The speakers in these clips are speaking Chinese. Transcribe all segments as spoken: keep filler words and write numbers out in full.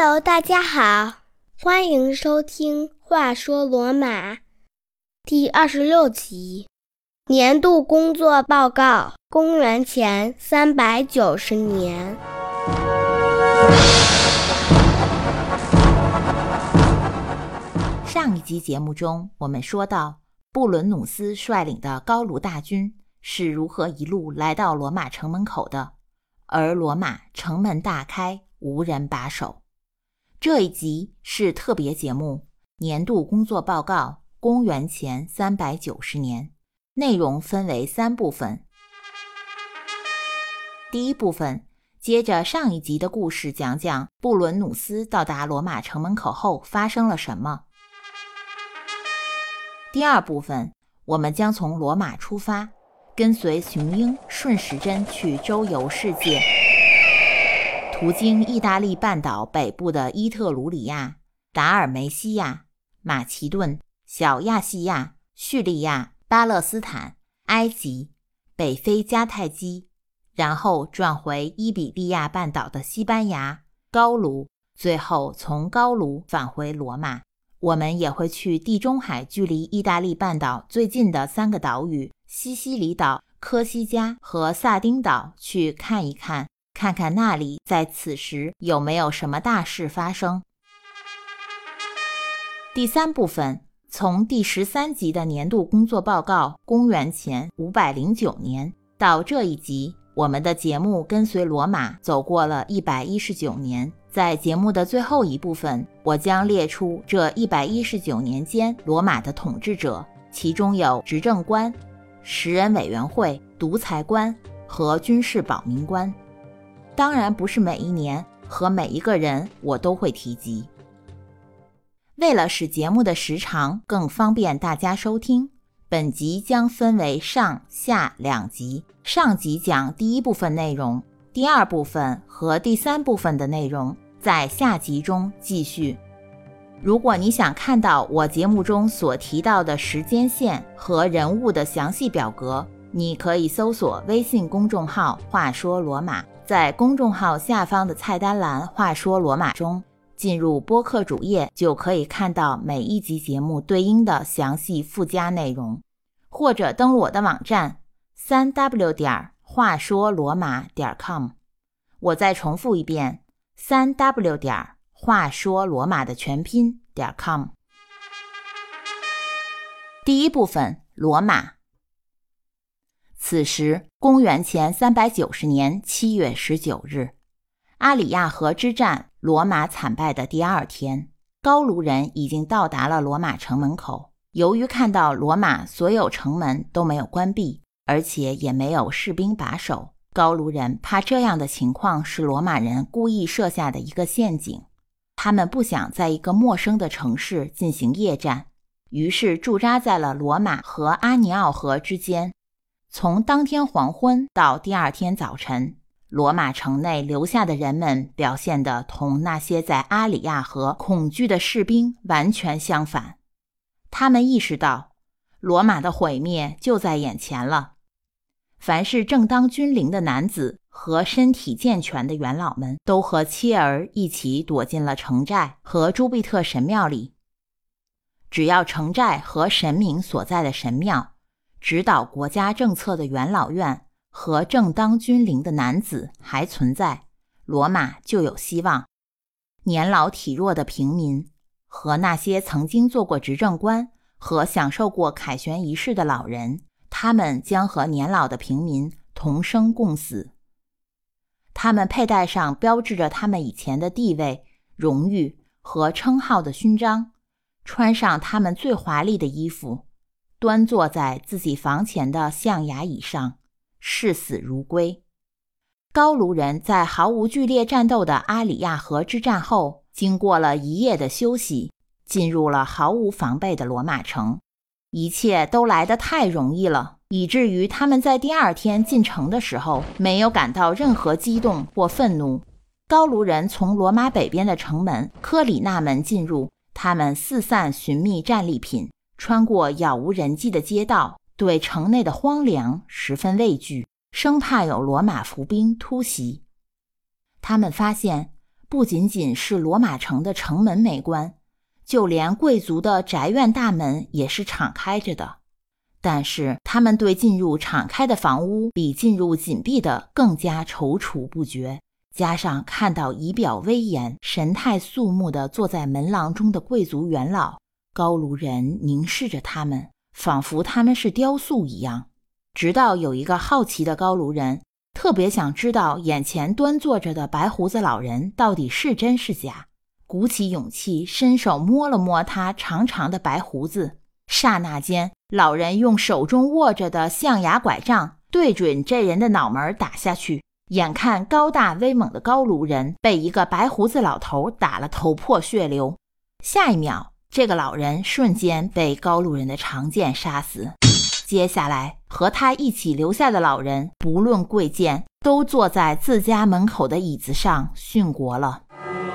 Hello， 大家好，欢迎收听《话说罗马》第二十六集，年度工作报告，公元前三百九十年。 上一集节目中，我们说到布伦努斯率领的高卢大军是如何一路来到罗马城门口的，而罗马城门大开，无人把守。这一集是特别节目，年度工作报告，公元前三百九十年，内容分为三部分。第一部分，接着上一集的故事讲讲布伦努斯到达罗马城门口后发生了什么。第二部分，我们将从罗马出发，跟随雄鹰顺时针去周游世界，途经意大利半岛北部的伊特鲁里亚、达尔梅西亚、马其顿、小亚细亚、叙利亚、巴勒斯坦、埃及、北非迦太基，然后转回伊比利亚半岛的西班牙、高卢，最后从高卢返回罗马。我们也会去地中海距离意大利半岛最近的三个岛屿西西里岛、科西嘉和萨丁岛去看一看，看看那里在此时有没有什么大事发生。第三部分，从第十三集的年度工作报告公元前五百零九年到这一集，我们的节目跟随罗马走过了一百一十九年。在节目的最后一部分，我将列出这一百一十九年间罗马的统治者，其中有执政官、十人委员会、独裁官和军事保民官。当然不是每一年和每一个人我都会提及。为了使节目的时长更方便大家收听，本集将分为上下两集，上集讲第一部分内容，第二部分和第三部分的内容在下集中继续。如果你想看到我节目中所提到的时间线和人物的详细表格，你可以搜索微信公众号话说罗马，在公众号下方的菜单栏话说罗马中进入播客主页，就可以看到每一集节目对应的详细附加内容，或者登录我的网站 三 w 点话说罗马点 com。 我再重复一遍 三 w 点话说罗马的全拼点 com。 第一部分，罗马。此时公元前三百九十年七月十九日，阿里亚河之战罗马惨败的第二天，高卢人已经到达了罗马城门口。由于看到罗马所有城门都没有关闭，而且也没有士兵把守，高卢人怕这样的情况是罗马人故意设下的一个陷阱，他们不想在一个陌生的城市进行夜战，于是驻扎在了罗马和阿尼奥河之间。从当天黄昏到第二天早晨，罗马城内留下的人们表现得同那些在阿里亚河恐惧的士兵完全相反。他们意识到罗马的毁灭就在眼前了。凡是正当军龄的男子和身体健全的元老们都和妻儿一起躲进了城寨和朱庇特神庙里。只要城寨和神明所在的神庙、指导国家政策的元老院和正当军龄的男子还存在，罗马就有希望。年老体弱的平民和那些曾经做过执政官和享受过凯旋仪式的老人，他们将和年老的平民同生共死。他们佩戴上标志着他们以前的地位、荣誉和称号的勋章，穿上他们最华丽的衣服，端坐在自己房前的象牙椅上，视死如归。高卢人在毫无剧烈战斗的阿里亚河之战后，经过了一夜的休息，进入了毫无防备的罗马城。一切都来得太容易了，以至于他们在第二天进城的时候没有感到任何激动或愤怒。高卢人从罗马北边的城门科里纳门进入，他们四散寻觅战利品，穿过杳无人迹的街道，对城内的荒凉十分畏惧，生怕有罗马伏兵突袭。他们发现不仅仅是罗马城的城门美观，就连贵族的宅院大门也是敞开着的。但是他们对进入敞开的房屋比进入紧闭的更加踌躇不决，加上看到仪表威严、神态肃穆地坐在门廊中的贵族元老，高卢人凝视着他们，仿佛他们是雕塑一样。直到有一个好奇的高卢人特别想知道眼前端坐着的白胡子老人到底是真是假，鼓起勇气伸手摸了摸他长长的白胡子，刹那间老人用手中握着的象牙拐杖对准这人的脑门打下去，眼看高大威猛的高卢人被一个白胡子老头打了头破血流，下一秒这个老人瞬间被高卢人的长剑杀死。接下来和他一起留下的老人不论贵贱，都坐在自家门口的椅子上殉国了。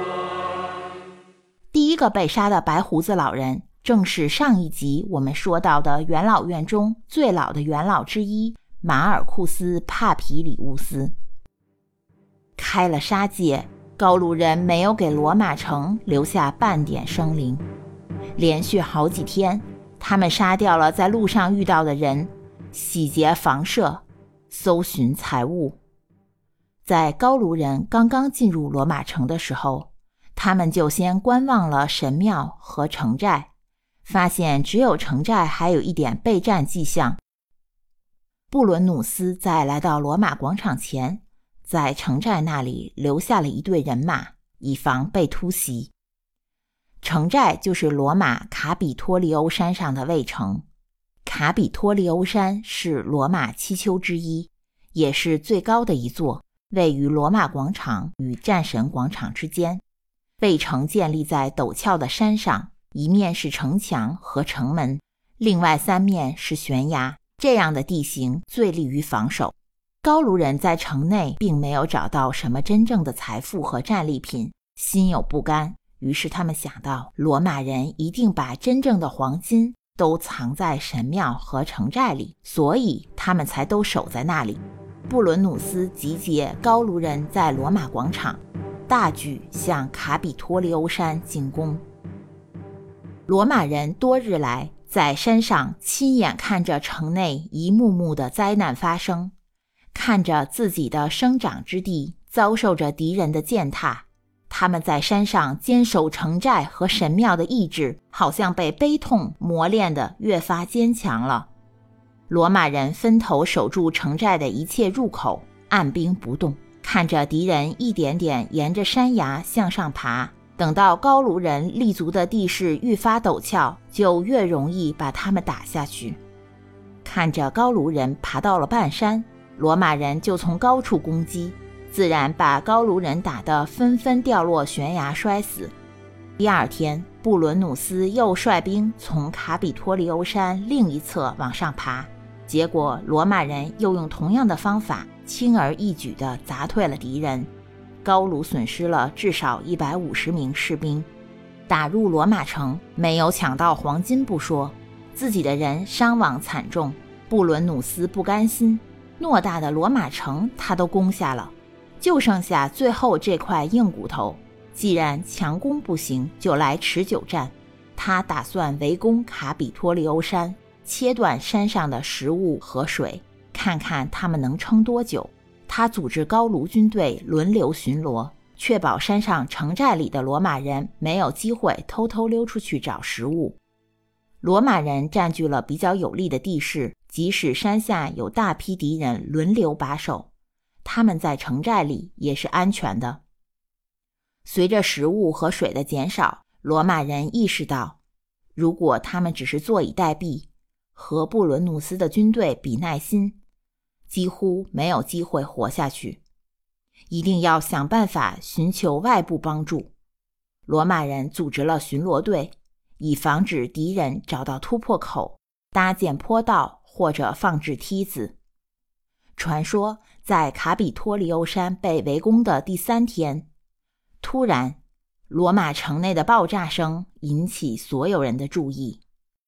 第一个被杀的白胡子老人正是上一集我们说到的元老院中最老的元老之一马尔库斯·帕皮里乌斯。开了杀戒，高卢人没有给罗马城留下半点生灵。连续好几天，他们杀掉了在路上遇到的人，洗劫房舍，搜寻财物。在高卢人刚刚进入罗马城的时候，他们就先观望了神庙和城寨，发现只有城寨还有一点备战迹象。布伦努斯在来到罗马广场前，在城寨那里留下了一队人马，以防被突袭。城寨就是罗马卡比托利欧山上的卫城。卡比托利欧山是罗马七丘之一，也是最高的一座，位于罗马广场与战神广场之间。卫城建立在陡峭的山上，一面是城墙和城门，另外三面是悬崖，这样的地形最利于防守。高卢人在城内并没有找到什么真正的财富和战利品，心有不甘，于是他们想到罗马人一定把真正的黄金都藏在神庙和城寨里，所以他们才都守在那里。布伦努斯集结高卢人在罗马广场，大举向卡比托利欧山进攻。罗马人多日来在山上亲眼看着城内一幕幕的灾难发生，看着自己的生长之地遭受着敌人的践踏，他们在山上坚守城寨和神庙的意志好像被悲痛磨练得越发坚强了。罗马人分头守住城寨的一切入口，按兵不动，看着敌人一点点沿着山崖向上爬，等到高卢人立足的地势愈发陡峭，就越容易把他们打下去。看着高卢人爬到了半山，罗马人就从高处攻击，自然把高卢人打得纷纷掉落悬崖摔死。第二天，布伦努斯又率兵从卡比托利欧山另一侧往上爬，结果罗马人又用同样的方法轻而易举地砸退了敌人。高卢损失了至少一百五十名士兵。打入罗马城，没有抢到黄金不说，自己的人伤亡惨重。布伦努斯不甘心，偌大的罗马城他都攻下了，就剩下最后这块硬骨头，既然强攻不行，就来持久战。他打算围攻卡比托利欧山，切断山上的食物和水，看看他们能撑多久。他组织高卢军队轮流巡逻，确保山上城寨里的罗马人没有机会偷偷溜出去找食物。罗马人占据了比较有利的地势，即使山下有大批敌人轮流把守，他们在城寨里也是安全的。随着食物和水的减少，罗马人意识到，如果他们只是坐以待毙，和布伦努斯的军队比耐心，几乎没有机会活下去，一定要想办法寻求外部帮助。罗马人组织了巡逻队，以防止敌人找到突破口，搭建坡道或者放置梯子。传说在卡比托利欧山被围攻的第三天，突然罗马城内的爆炸声引起所有人的注意。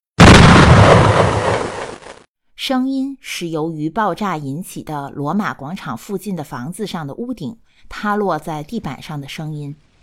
声音是由于爆炸引起的罗马广场附近的房子上的屋顶塌落在地板上的声音。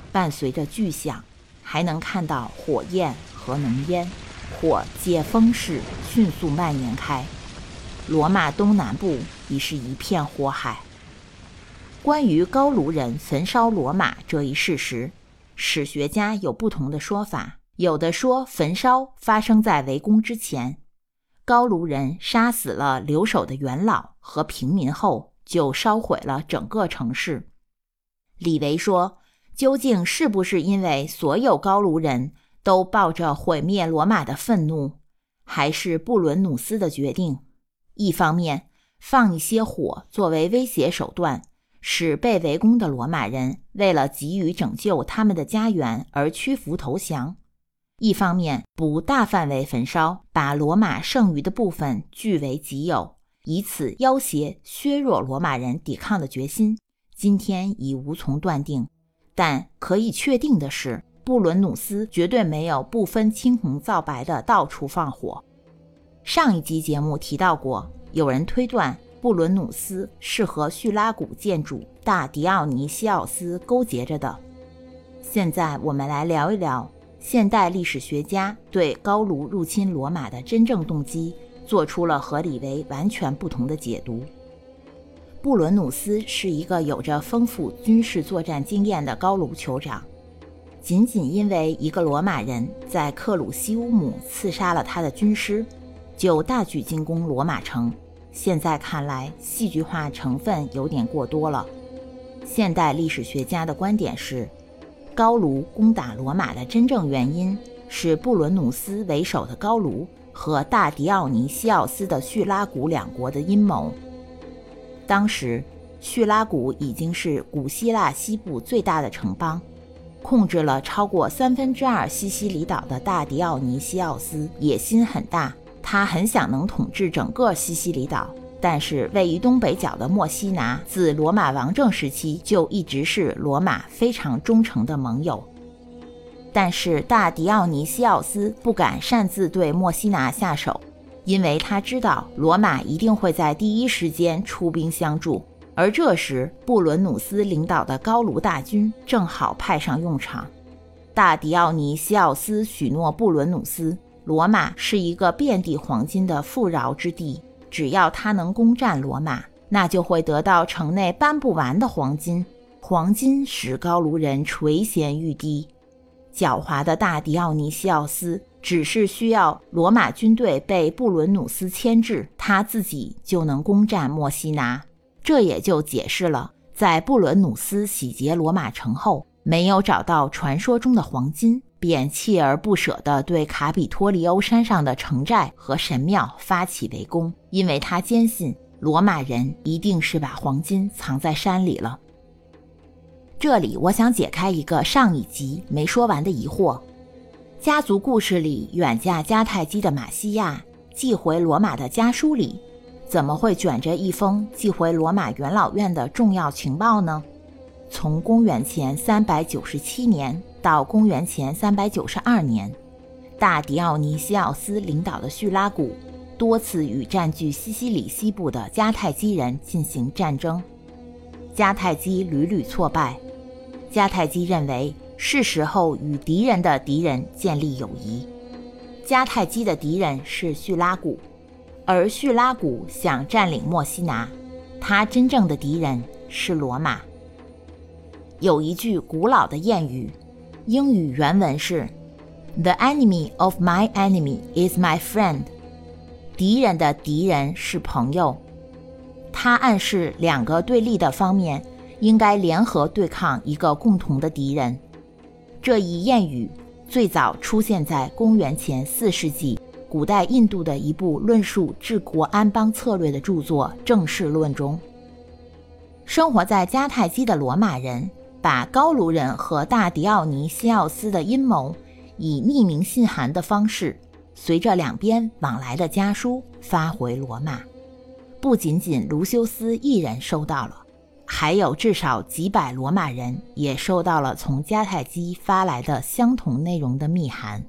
伴随着巨响，还能看到火焰和浓烟，火借风势迅速蔓延开。罗马东南部已是一片火海。关于高卢人焚烧罗马这一事实，史学家有不同的说法。有的说焚烧发生在围攻之前，高卢人杀死了留守的元老和平民后，就烧毁了整个城市。李维说，究竟是不是因为所有高卢人都抱着毁灭罗马的愤怒，还是布伦努斯的决定？一方面放一些火作为威胁手段，使被围攻的罗马人为了急于拯救他们的家园而屈服投降；一方面不大范围焚烧，把罗马剩余的部分据为己有，以此要挟削弱罗马人抵抗的决心，今天已无从断定。但可以确定的是，布伦努斯绝对没有不分青红皂白的到处放火。上一集节目提到过，有人推断布伦努斯是和叙拉古建主大迪奥尼西奥斯勾结着的。现在我们来聊一聊现代历史学家对高卢入侵罗马的真正动机做出了和李维完全不同的解读。布伦努斯是一个有着丰富军事作战经验的高卢酋长，仅仅因为一个罗马人在克鲁西乌姆刺杀了他的军师，就大举进攻罗马城。现在看来，戏剧化成分有点过多了。现代历史学家的观点是，高卢攻打罗马的真正原因是布伦努斯为首的高卢和大迪奥尼西奥斯的叙拉古两国的阴谋。当时叙拉古已经是古希腊西部最大的城邦，控制了超过三分之二西西里岛的大迪奥尼西奥斯野心很大，他很想能统治整个西西里岛。但是位于东北角的墨西拿自罗马王政时期就一直是罗马非常忠诚的盟友。但是大迪奥尼西奥斯不敢擅自对墨西拿下手，因为他知道罗马一定会在第一时间出兵相助，而这时布伦努斯领导的高卢大军正好派上用场。大迪奥尼西奥斯许诺布伦努斯，罗马是一个遍地黄金的富饶之地，只要他能攻占罗马，那就会得到城内搬不完的黄金，黄金使高卢人垂涎欲滴。狡猾的大迪奥尼西奥斯只是需要罗马军队被布伦努斯牵制，他自己就能攻占墨西拿。这也就解释了在布伦努斯洗劫罗马城后，没有找到传说中的黄金，便锲而不舍地对卡比托利欧山上的城寨和神庙发起围攻，因为他坚信罗马人一定是把黄金藏在山里了。这里我想解开一个上一集没说完的疑惑，家族故事里远嫁迦太基的马西亚寄回罗马的家书里，怎么会卷着一封寄回罗马元老院的重要情报呢？从公元前三百九十七年到公元前三百九十二年，大迪奥尼西奥斯领导的叙拉古多次与占据西西里西部的迦太基人进行战争，迦太基屡屡挫败。迦太基认为是时候与敌人的敌人建立友谊。迦太基的敌人是叙拉古，而叙拉古想占领墨西拿，他真正的敌人是罗马。有一句古老的谚语，英语原文是 The enemy of my enemy is my friend， 敌人的敌人是朋友。它暗示两个对立的方面应该联合对抗一个共同的敌人。这一谚语最早出现在公元前四世纪古代印度的一部论述治国安邦策略的著作《政事论》中。生活在迦太基的罗马人把高卢人和大迪奥尼西奥斯的阴谋以匿名信函的方式，随着两边往来的家书发回罗马。不仅仅卢修斯一人收到了，还有至少几百罗马人也收到了从迦太基发来的相同内容的密函。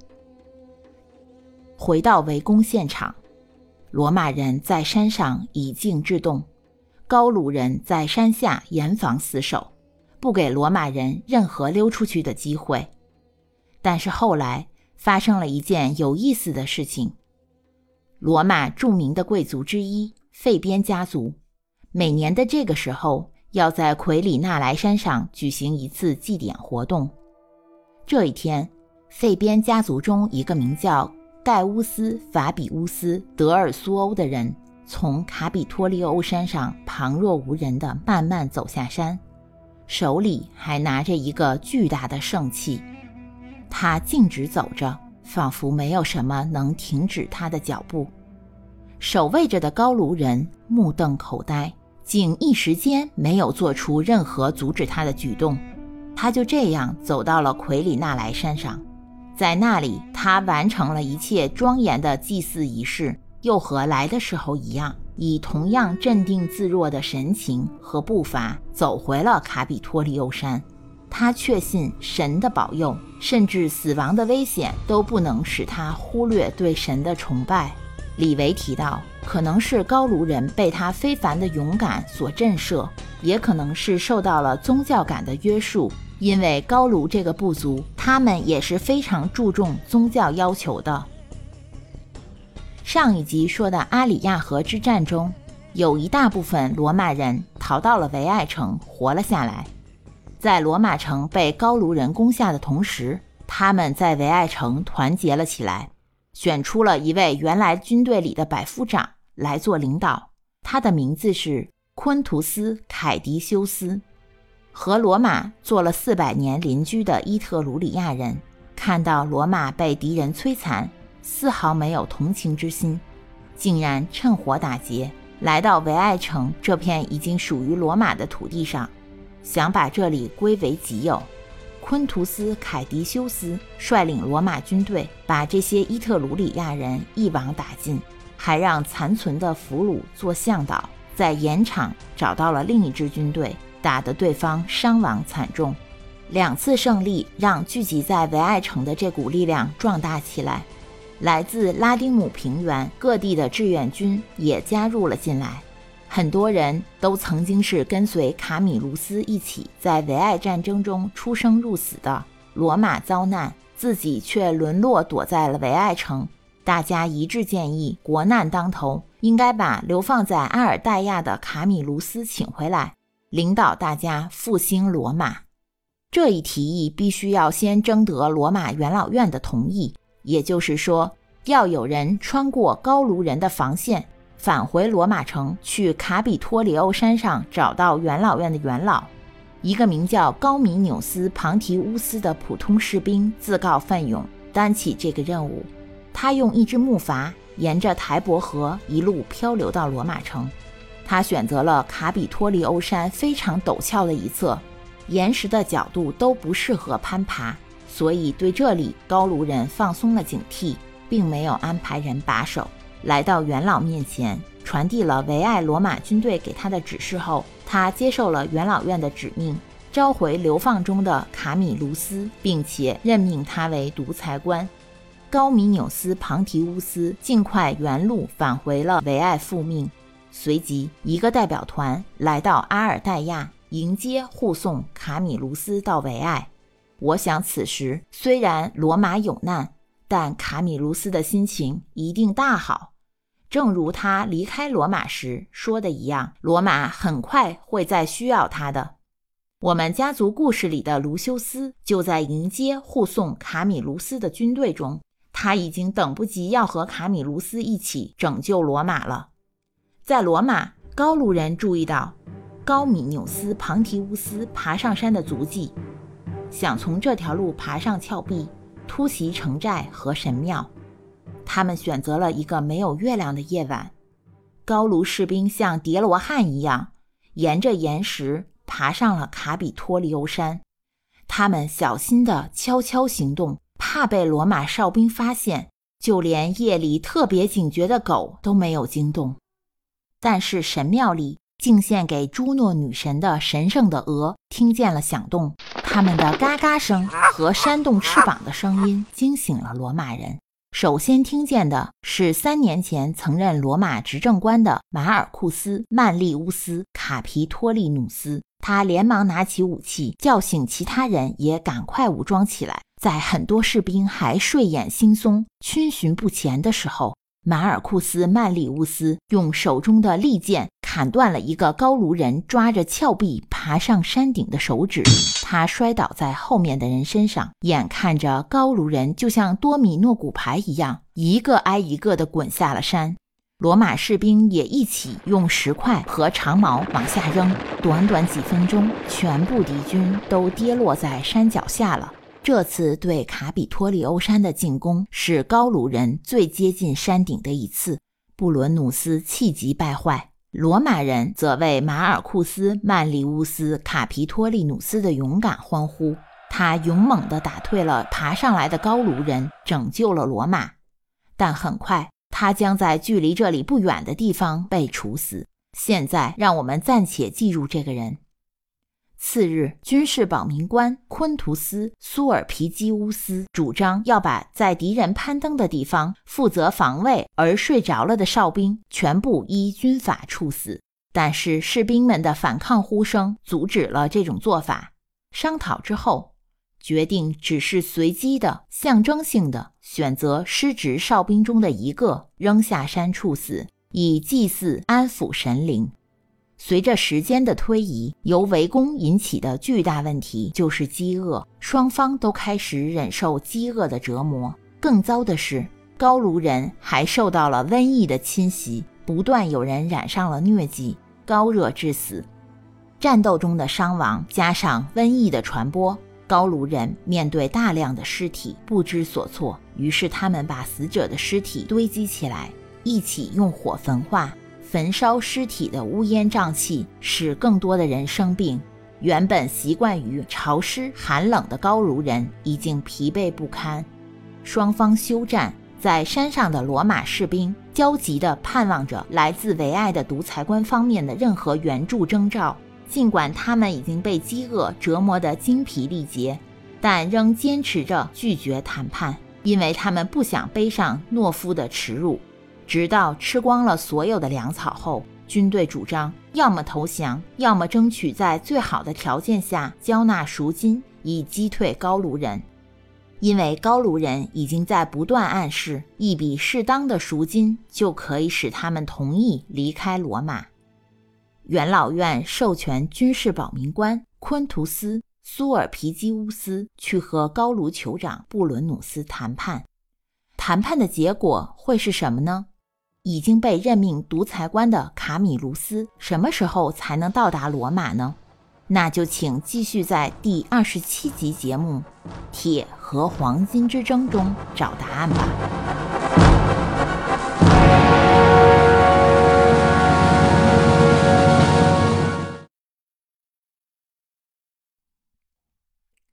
回到围攻现场，罗马人在山上以静制动，高卢人在山下严防死守， 不给罗马人任何溜出去的机会。但是后来发生了一件有意思的事情。罗马著名的贵族之一费边家族，每年的这个时候要在奎里纳莱山上举行一次祭典活动。这一天，费边家族中一个名叫盖乌斯·法比乌斯·德尔苏欧的人，从卡比托利欧山上旁若无人地慢慢走下山，手里还拿着一个巨大的圣器。他径直走着，仿佛没有什么能停止他的脚步。守卫着的高卢人目瞪口呆，竟一时间没有做出任何阻止他的举动。他就这样走到了奎里纳莱山上，在那里他完成了一切庄严的祭祀仪式，又和来的时候一样，以同样镇定自若的神情和步伐走回了卡比托利欧山。他确信神的保佑，甚至死亡的危险都不能使他忽略对神的崇拜。李维提到，可能是高卢人被他非凡的勇敢所震慑，也可能是受到了宗教感的约束，因为高卢这个部族，他们也是非常注重宗教要求的。上一集说的阿里亚河之战中，有一大部分罗马人逃到了维埃城，活了下来。在罗马城被高卢人攻下的同时，他们在维埃城团结了起来，选出了一位原来军队里的百夫长来做领导，他的名字是昆图斯·凯迪修斯。和罗马做了四百年邻居的伊特鲁里亚人，看到罗马被敌人摧残，丝毫没有同情之心，竟然趁火打劫，来到维埃城这片已经属于罗马的土地上，想把这里归为己有。昆图斯·凯迪修斯率领罗马军队，把这些伊特鲁里亚人一网打尽，还让残存的俘虏做向导，在盐场找到了另一支军队，打得对方伤亡惨重。两次胜利让聚集在维埃城的这股力量壮大起来，来自拉丁姆平原各地的志愿军也加入了进来。很多人都曾经是跟随卡米卢斯一起在维埃战争中出生入死的，罗马遭难，自己却沦落躲在了维埃城。大家一致建议，国难当头，应该把流放在阿尔代亚的卡米卢斯请回来，领导大家复兴罗马。这一提议必须要先征得罗马元老院的同意，也就是说，要有人穿过高卢人的防线，返回罗马城，去卡比托里欧山上找到元老院的元老。一个名叫高米纽斯·庞提乌斯的普通士兵自告奋勇担起这个任务。他用一只木筏沿着台伯河一路漂流到罗马城。他选择了卡比托利欧山非常陡峭的一侧，岩石的角度都不适合攀爬，所以对这里高卢人放松了警惕，并没有安排人把守。来到元老面前，传递了维埃罗马军队给他的指示后，他接受了元老院的指命，召回流放中的卡米卢斯，并且任命他为独裁官。高米纽斯·庞提乌斯尽快原路返回了维埃复命。随即一个代表团来到阿尔代亚，迎接护送卡米卢斯到维埃。我想此时虽然罗马有难，但卡米卢斯的心情一定大好。正如他离开罗马时说的一样，罗马很快会再需要他的。我们家族故事里的卢修斯就在迎接护送卡米卢斯的军队中，他已经等不及要和卡米卢斯一起拯救罗马了。在罗马，高卢人注意到高米纽斯·庞提乌斯爬上山的足迹，想从这条路爬上峭壁，突袭城寨和神庙。他们选择了一个没有月亮的夜晚，高卢士兵像叠罗汉一样，沿着岩石爬上了卡比托利欧山。他们小心地悄悄行动，怕被罗马哨兵发现，就连夜里特别警觉的狗都没有惊动。但是神庙里敬献给朱诺女神的神圣的鹅听见了响动，它们的嘎嘎声和扇动翅膀的声音惊醒了罗马人。 首先听见的是三年前曾任罗马执政官的马尔库斯·曼利乌斯·卡皮托利努斯。他连忙拿起武器，叫醒其他人也赶快武装起来。在很多士兵还睡眼惺忪、逡巡不前的时候，马尔库斯·曼利乌斯用手中的利剑砍断了一个高卢人抓着峭壁爬上山顶的手指，他摔倒在后面的人身上，眼看着高卢人就像多米诺骨牌一样，一个挨一个地滚下了山。罗马士兵也一起用石块和长矛往下扔，短短几分钟，全部敌军都跌落在山脚下了。这次对卡比托利欧山的进攻是高卢人最接近山顶的一次，布伦努斯气急败坏，罗马人则为马尔库斯·曼利乌斯·卡皮托利努斯的勇敢欢呼。他勇猛地打退了爬上来的高卢人，拯救了罗马。但很快他将在距离这里不远的地方被处死。现在让我们暂且记住这个人。次日，军事保民官昆图斯·苏尔皮基乌斯主张要把在敌人攀登的地方负责防卫而睡着了的哨兵全部依军法处死，但是士兵们的反抗呼声阻止了这种做法。商讨之后，决定只是随机的、象征性的选择失职哨兵中的一个扔下山处死，以祭祀安抚神灵。随着时间的推移，由围攻引起的巨大问题就是饥饿，双方都开始忍受饥饿的折磨。更糟的是，高卢人还受到了瘟疫的侵袭，不断有人染上了疟疾，高热致死。战斗中的伤亡加上瘟疫的传播，高卢人面对大量的尸体不知所措，于是他们把死者的尸体堆积起来，一起用火焚化。焚烧尸体的乌烟瘴气使更多的人生病，原本习惯于潮湿寒冷的高卢人已经疲惫不堪。双方休战，在山上的罗马士兵焦急地盼望着来自维埃的独裁官方面的任何援助征兆，尽管他们已经被饥饿折磨得精疲力竭，但仍坚持着拒绝谈判，因为他们不想背上懦夫的耻辱。直到吃光了所有的粮草后，军队主张要么投降，要么争取在最好的条件下交纳赎金，以击退高卢人。因为高卢人已经在不断暗示，一笔适当的赎金就可以使他们同意离开罗马。元老院授权军事保民官昆图斯·苏尔皮基乌斯去和高卢酋长布伦努斯谈判。谈判的结果会是什么呢？已经被任命独裁官的卡米卢斯什么时候才能到达罗马呢？那就请继续在第二十七集节目《铁和黄金之争》中找答案吧。